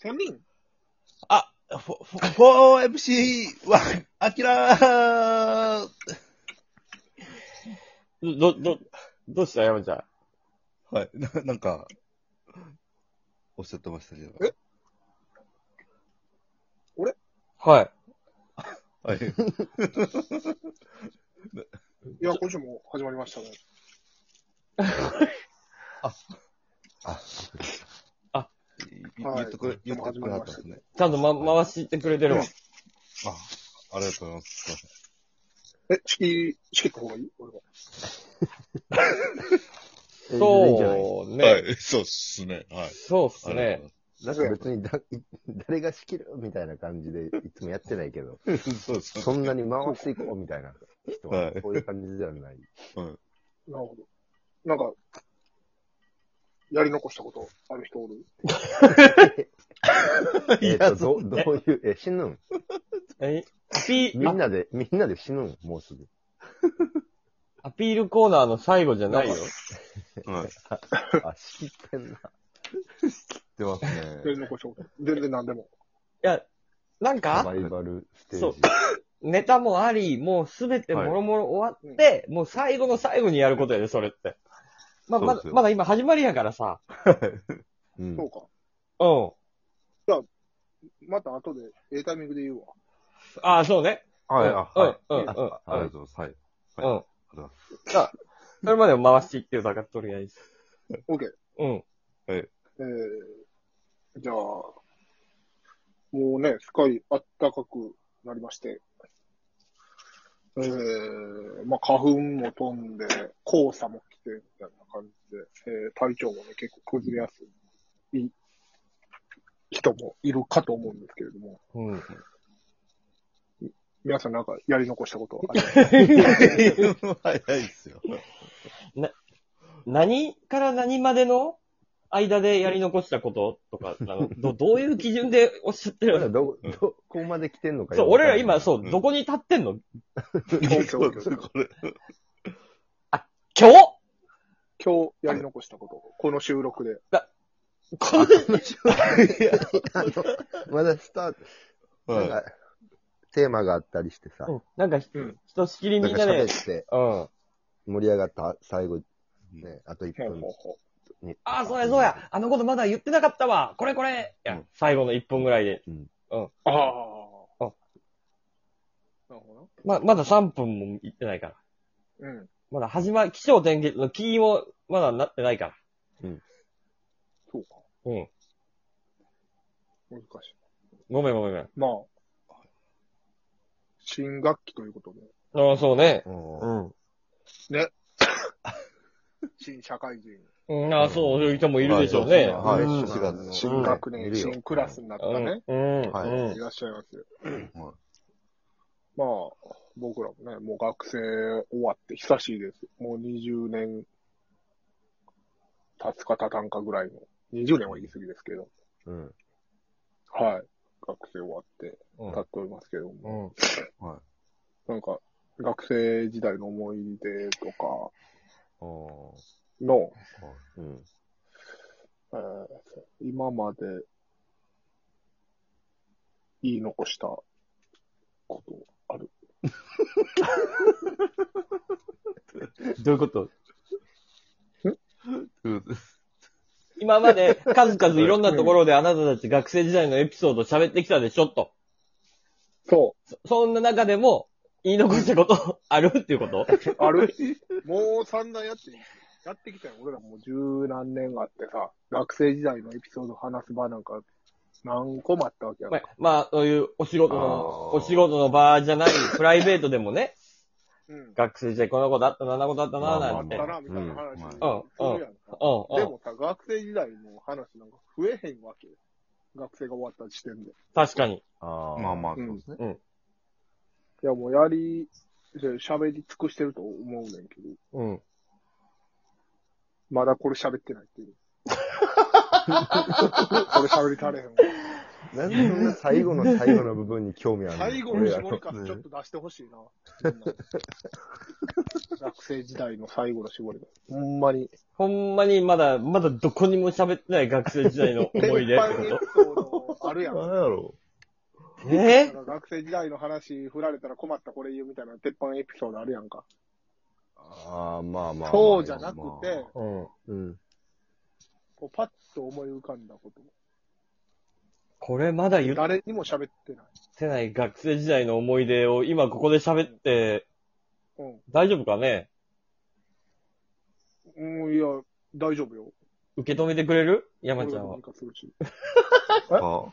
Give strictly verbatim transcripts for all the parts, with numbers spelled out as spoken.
千人あ、フォ、フォ、フォーエムシー は、アキラーど、ど、どうした山ちゃん。 はい、な、なんか、おっしゃってましたけど。 え俺はい。 はい。 いや、今週も始まりましたね。 あ、 あ、 いはい言ってくれ、言ってくれはったんですね。 ちゃんとま、回してくれてるわ。 あ、ありがとうございます。すいません。 え、仕切、仕切った方がいい俺は。 そうね。 はい、そうっすね。はい。 そうっすね。 なんか別にだ誰が仕切るみたいな感じでいつもやってないけど、 そうですね。 そんなに回していこうみたいな人ははいそういう感じではない。 うん。 なるほど。なんか、やり残したことある人おるえっと、どどういう、え、死ぬんえアピール、 みんなで、みんなで死ぬんもうすぐ。 アピールコーナーの最後じゃないよ。 はい。 あ、仕切ってんな。 出ますやりね。 残したこと。全然何でも。 いや、なんかサバ、イバルステージ。 ネタもあり、もうすべてもろもろ終わって、もう最後の最後にやることやで、それって。まあ、まだ、 そうですよまだ今始まりやからさ。 うんそうか。 うん。 また後で、ええタイミングで言うわ。 ああ、そうね。 はい、 うんあ、はい。 うんうんあありがとうございます。はい。 うん。 はい。ありがとうございます。 じゃあ、それまでを回していってよ、だから、とりあえず。 オッケー。 うん。 えー、じゃあ、もうね、すっかり暖かくなりまして、えー、まあ、花粉も飛んで、黄砂も来て、みたいな感じで、えー、体調もね、結構崩れやすい人もいるかと思うんですけれども、 うん。 皆さんなんかやり残したことありますか？ 早いっすよ。 何から何までの間でやり残したこととか、あのど、どういう基準でおっしゃってるの？ ど、どこまで来てんのかそう、俺ら今、そう、 うんどこに立ってんの？ 今日、 これ。 今日今日やり残したこと、この収録で。 この、 まだスタート、なんはか、テーマがあったりしてさ、 うんなんかひ、 うんひとしきりなんかみんなで、 喋ってうん。 盛り上がった最後、 い。 ね、あと1分ほうほうほに。 ああ、そうやそうや、あのことまだ言ってなかったわ、これこれ、いや、 うん最後のいっぷんぐらいで。 うん。 う。ああ。 あなるほどま、まださんぷんもいってないから。 な。うん。 まだ始まり、気象転結のキーもまだなってないから。 そうか。 うん。 難しい。 ごめんごめんごめん。 まあ、新学期ということで、 ああ、そうね。 うんうん。 新社会人、 うん、ああ、そういう人もいるでしょうね。 はいうんしがつの新学年、 いるよ新クラスになったね、 うん。 はいうんいらっしゃいますよ。 はまあ、僕らもね、もう学生終わって久しいです。もうにじゅうねん経つか経たんかぐらいの、にじゅうねんは言い過ぎですけど、 うん。 はい。学生終わってうん経っておりますけども、 うん。 はい。 なんか、学生時代の思い出とかあの、 ーうん。 えー今まで言い残したことある。 どういうことうん今まで数々いろんなところであなたたち学生時代のエピソード喋ってきたでしょと。 そそそんな中でも言い残したことあるっていうことう。あるもう散々やって、やってきたよ。俺らもう十何年あってさ、学生時代のエピソード話す場なんか何個もあったわけやんか。 まあ、まあ、そういうお仕事あの、 ーお仕事の場じゃない、プライベートでもね、 うん。 学生時代このことあったな、あんなことあったな、 まあまあなんて。 あったな、みたいな話うんするうんやんか。 うん、うん。 でもさ、学生時代の話なんか増えへんわけよ。学生が終わった時点で。 確かに。 あーまあまあ、そうですね。 いや、もうやり、喋り尽くしてると思うねんけど、 うん。 まだこれ喋ってないっていう。これ喋り足れへんわ。 なんでそんな最後の最後の部分に興味あるの最後の絞りかすちょっと出してほしいな。学生時代の最後の絞りかす。ほんまに。 ほんまにまだ、まだどこにも喋ってない学生時代の思い出ってこ先輩エピソードをの、あるやん。 なんやろえなんか学生時代の話振られたら困ったこれ言うみたいな鉄板エピソードあるやんか。 ああ、まあまあ。 そうじゃなくて、 うん。うん。 こうパッと思い浮かんだこと。 これまだ言っ誰にも喋ってない。 てない学生時代の思い出を今ここで喋ってうん。 大丈夫かね？ うん、いや、大丈夫よ。 受け止めてくれる？山ちゃんは俺がどうに。かするし。 あ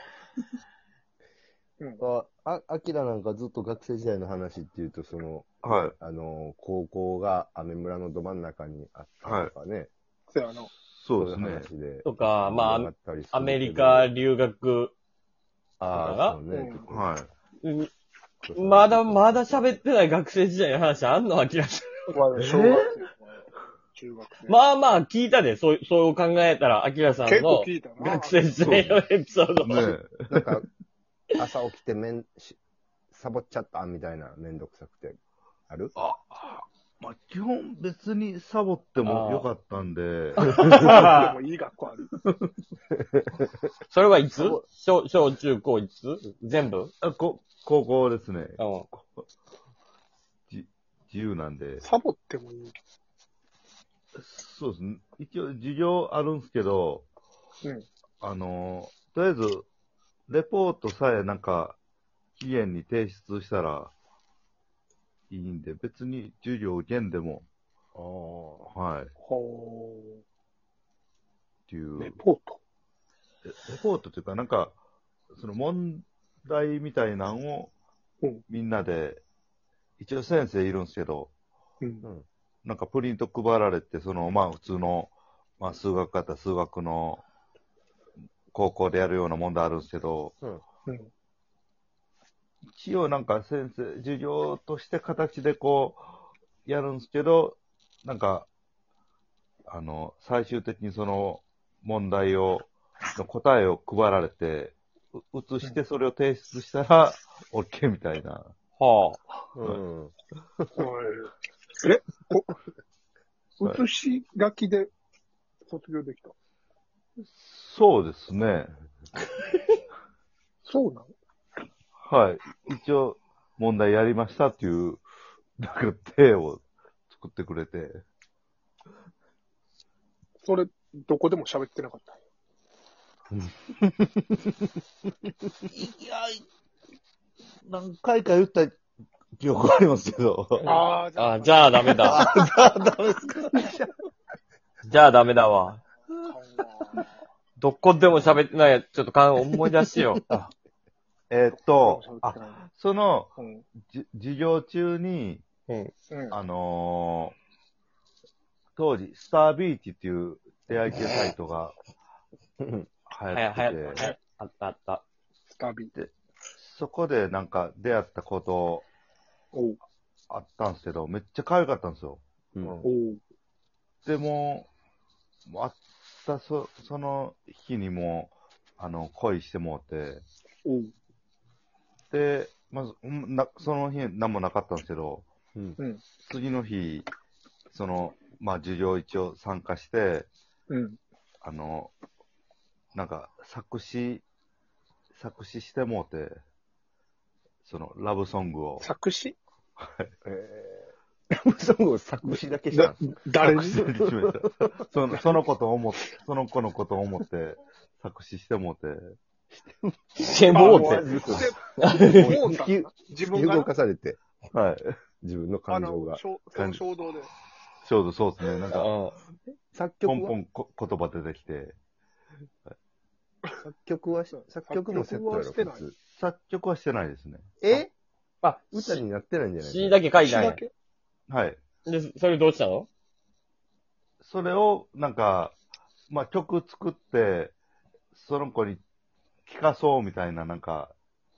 うん。 あ、あ、アキラなんかずっと学生時代の話っていうと、その、 はい。 あの、高校が雨村のど真ん中にあったとかね。 そやな。 そうですね。 いう話で。 とか、まあ、 盛り上がったりするけどアメリカ留学、 ああ、そうね。 うんはい。 うんまだまだ喋ってない学生時代の話あんの？アキラさん。 まあ、小学生、中学生。 まあまあ聞いたで、そう、そう考えたら、アキラさん結構の聞いたな。 学生時代のエピソード。 ねなんか、朝起きてめんし、サボっちゃったみたいなめんどくさくて、あるあ、まあ、基本別にサボってもよかったんで、 でもいい学校ある。 それはいつ？小、小中高いつ？全部？ あこ高校ですね。 うん。 じ自由なんで。 サボってもいい。 そうですね。一応授業あるんですけど、 うん。 あの、とりあえず、レポートさえなんか、期限に提出したらいいんで、別に授業受けんでも、 ああ。 はい、っほていう。 ー。レポート。 レレポートというか、なんか、その問題みたいなのをうん、 みんなで、一応先生いるんですけど、 うん。 なんかプリント配られて、その、まあ普通の、まあ数学だったら数学の高校でやるような問題あるんですけど、 うん。 一応なんか先生、授業として形でこう、やるんですけど、なんか、あの、最終的にその問題を、の答えを配られて、う写してそれを提出したら、OK みたいな。 はうん。 おいえ、こ、写し書きで卒業できた。 そうですね。 そうなの？ はい。一応、問題やりましたっていう、なんか、手を作ってくれて。 それ、どこでも喋ってなかった。 いや、何回か言った記憶ありますけど。 ああ、 あ。あ、じゃあダメだ。 ダメですかじゃあダメだわ。どこでも喋ってないやつ、ちょっとかん思い出しよう。 えーっと、あ、 あ、 その、 うん。 じ授業中に、 うん。 うん。 あのー当時、スタービーチっていう出会い系サイトが流はや、はや、 行ってて、 はや、あったあった。 スタビ。 そこでなんか出会ったことおう。 あったんですけど、めっちゃ可愛かったんですよ。 うん。 おう。 でも、もうあったそ、その日にも、あの、恋してもうて、 おう。 で、まず、うんなその日何もなかったんですけど、 うん。 うん。 次の日、その、まあ、授業一応参加して、 うん。 あの、なんか、作詞、作詞してもうて、その、ラブソングを。 作詞えー、ソングを作詞だけしただ、誰に作詞しましたその、そのことを思って、その子のことを思って、作詞してもうて。 してもうて。 あもうもうさ自分が動かされて、 はい。 自分のあの、 感情が。 しょその衝動で。 ちょうどそうですね。なんか、 うん。 作ポ曲はンポンこ言葉出てきて、 作曲はし、作曲もセットやろ、 作曲はして普通。 作曲はしてないですね。 えあ、 歌になってないんじゃない詩だけ書いたんや。 詩だけはい。 で、それどうしたの？ それを、なんか、まあ、曲作って、その子に聴かそうみたいな、なんか、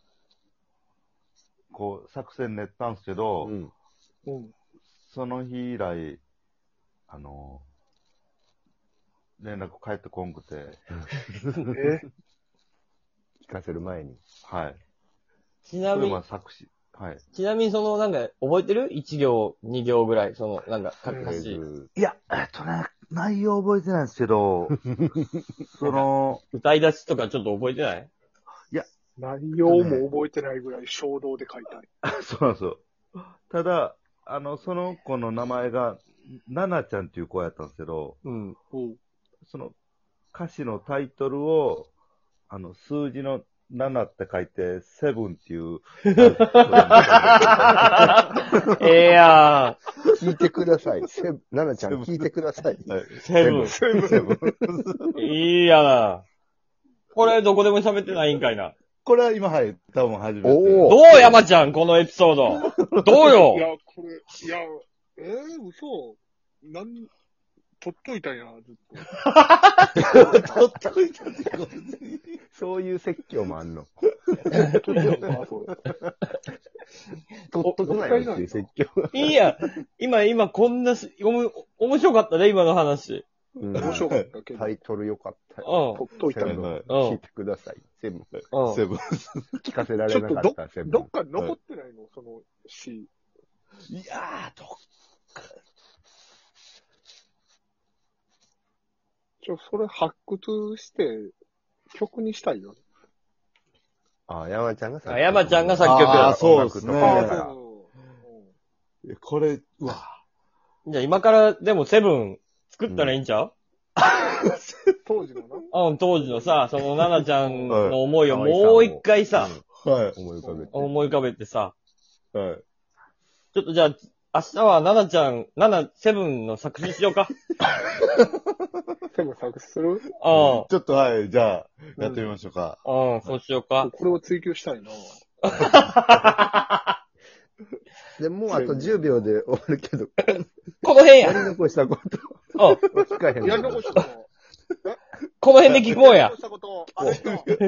こう、作戦練ったんですけど、 うん。 うん。 その日以来、あの、連絡返ってこんくて、 え聞かせる前に。 はい。 ちなみにそれは、作詞。はい。 ちなみにその、なんか、覚えてる？ いち 行、に行ぐらい、その、なんか、 うん歌詞。 いや、えっとね、 内容覚えてないんですけど、その、 歌い出しとかちょっと覚えてない？ 内容も覚えてないぐらい衝動で書いたり。 そうなんですよ。ただ、あの、その子の名前が、ナナちゃんっていう子やったんですけど、 うん。 その歌詞のタイトルを、あの、数字のななって書いて、セブンっていう。 ええや聞いてください。セブ、ナナちゃん聞いてください。 ー。セブン。 セブン。 いいやな。これどこでも喋ってないんかいな。 これは今、はい、多分初めて。 おーどう山ちゃん、このエピソード。どういよ。 や、これ、いや、えー、嘘。なん、取っといたんや、ずっ取っといたってことに。 そういう説教もあんの。 と。取っといたんや、それ。 取っとくなよっていう説教。 いいや。今、今、こんなし、おも、面白かったね、今の話。 うん面白かったけど、 タイトル良かったよ。 うん。 取っといたんや。 セブンはい聞いてください。セブン。 うん。 セブン。 聞かせられなかった、セブン。 どっか残ってないの、その詩。 いやー、どっちょ、それ発掘して、曲にしたいよ。 あ、山ちゃんが作曲。 あ山ちゃんが作曲あーそうですねああ、 音楽とかそう。 これ、うわ。 じゃあ今からでもセブン作ったらいいんちゃう？ 当時のな。 うん、当時のさ、そのナナちゃんの思いをもう一回さ、 はい。 思い浮かべて。 思い浮かべてさ、 はい。 ちょっとじゃあ、明日はナナちゃん、ナナ、セブンの作詞しようか。 セブン作詞する？ うん。 ちょっと、はい、じゃあ、やってみましょうか。 うん、そうしようか。 これを追求したいな。 で、もうあとじゅうびょうで終わるけど、 この辺や。 やり残したこと。 うん。 聞かへんのやり残したこと。 この辺で聞こうややり残。したこと、あれと。